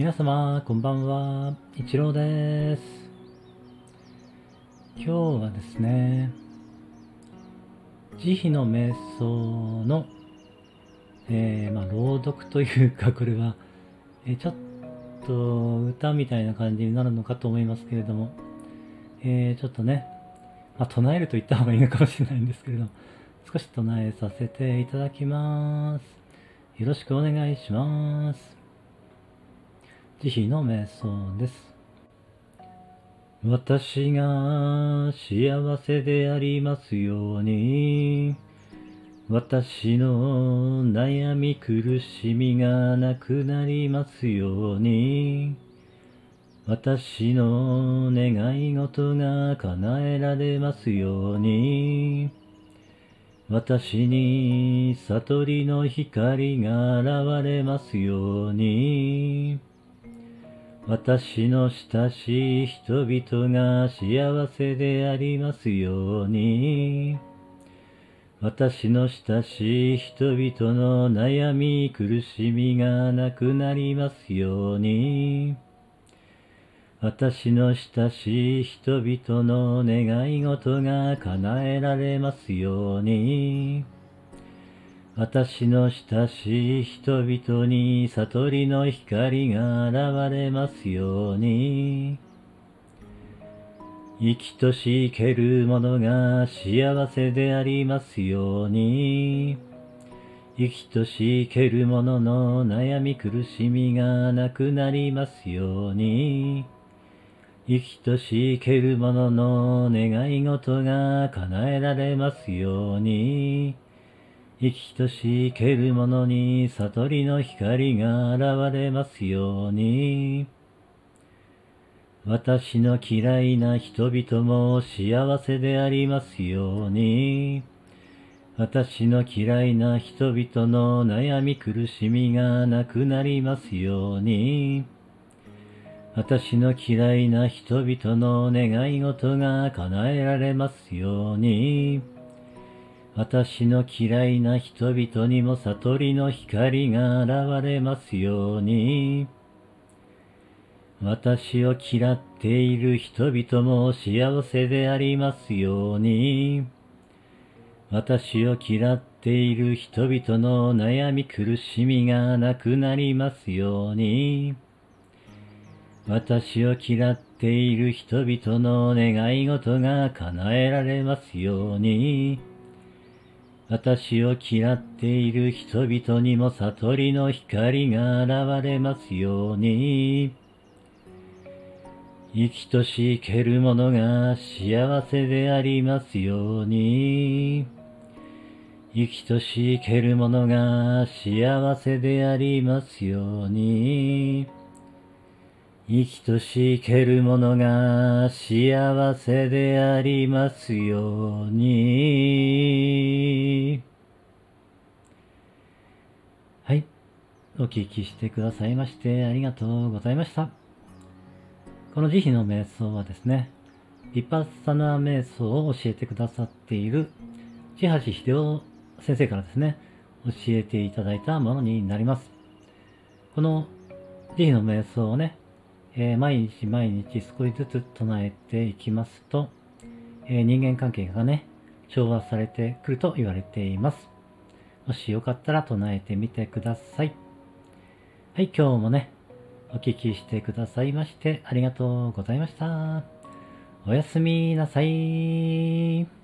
皆様、こんばんは。一郎です。今日はですね、慈悲の瞑想の、朗読というか、これは、ちょっと歌みたいな感じになるのかと思いますけれども、ちょっとね、唱えると言った方がいいのかもしれないんですけれども、少し唱えさせていただきます。よろしくお願いします。慈悲の瞑想です。私が幸せでありますように、私の悩み苦しみがなくなりますように、私の願い事が叶えられますように、私に悟りの光が現れますように、私の親しい人々が幸せでありますように、私の親しい人々の悩み苦しみがなくなりますように、私の親しい人々の願い事が叶えられますように、私の親しい人々に悟りの光が現れますように、生きとし生ける者が幸せでありますように、生きとし生ける者の悩み苦しみがなくなりますように、生きとし生ける者の願い事が叶えられますように、生きとし生ける者に悟りの光が現れますように、私の嫌いな人々も幸せでありますように、私の嫌いな人々の悩み苦しみがなくなりますように、私の嫌いな人々の願い事が叶えられますように、私の嫌いな人々にも悟りの光が現れますように、私を嫌っている人々も幸せでありますように、私を嫌っている人々の悩み苦しみがなくなりますように、私を嫌っている人々の願い事が叶えられますように、私を嫌っている人々にも悟りの光が現れますように、生きとし生ける者が幸せでありますように、生きとし生ける者が幸せでありますように、生きとし生ける者が幸せでありますように。はい。お聞きしてくださいましてありがとうございました。この慈悲の瞑想はですね、ヴィパッサナー瞑想を教えてくださっている千橋秀夫先生からですね、教えていただいたものになります。この慈悲の瞑想をね、毎日毎日少しずつ唱えていきますと、人間関係がね、調和されてくると言われています。もしよかったら唱えてみてください。はい、今日もね、お聞きしてくださいましてありがとうございました。おやすみなさい。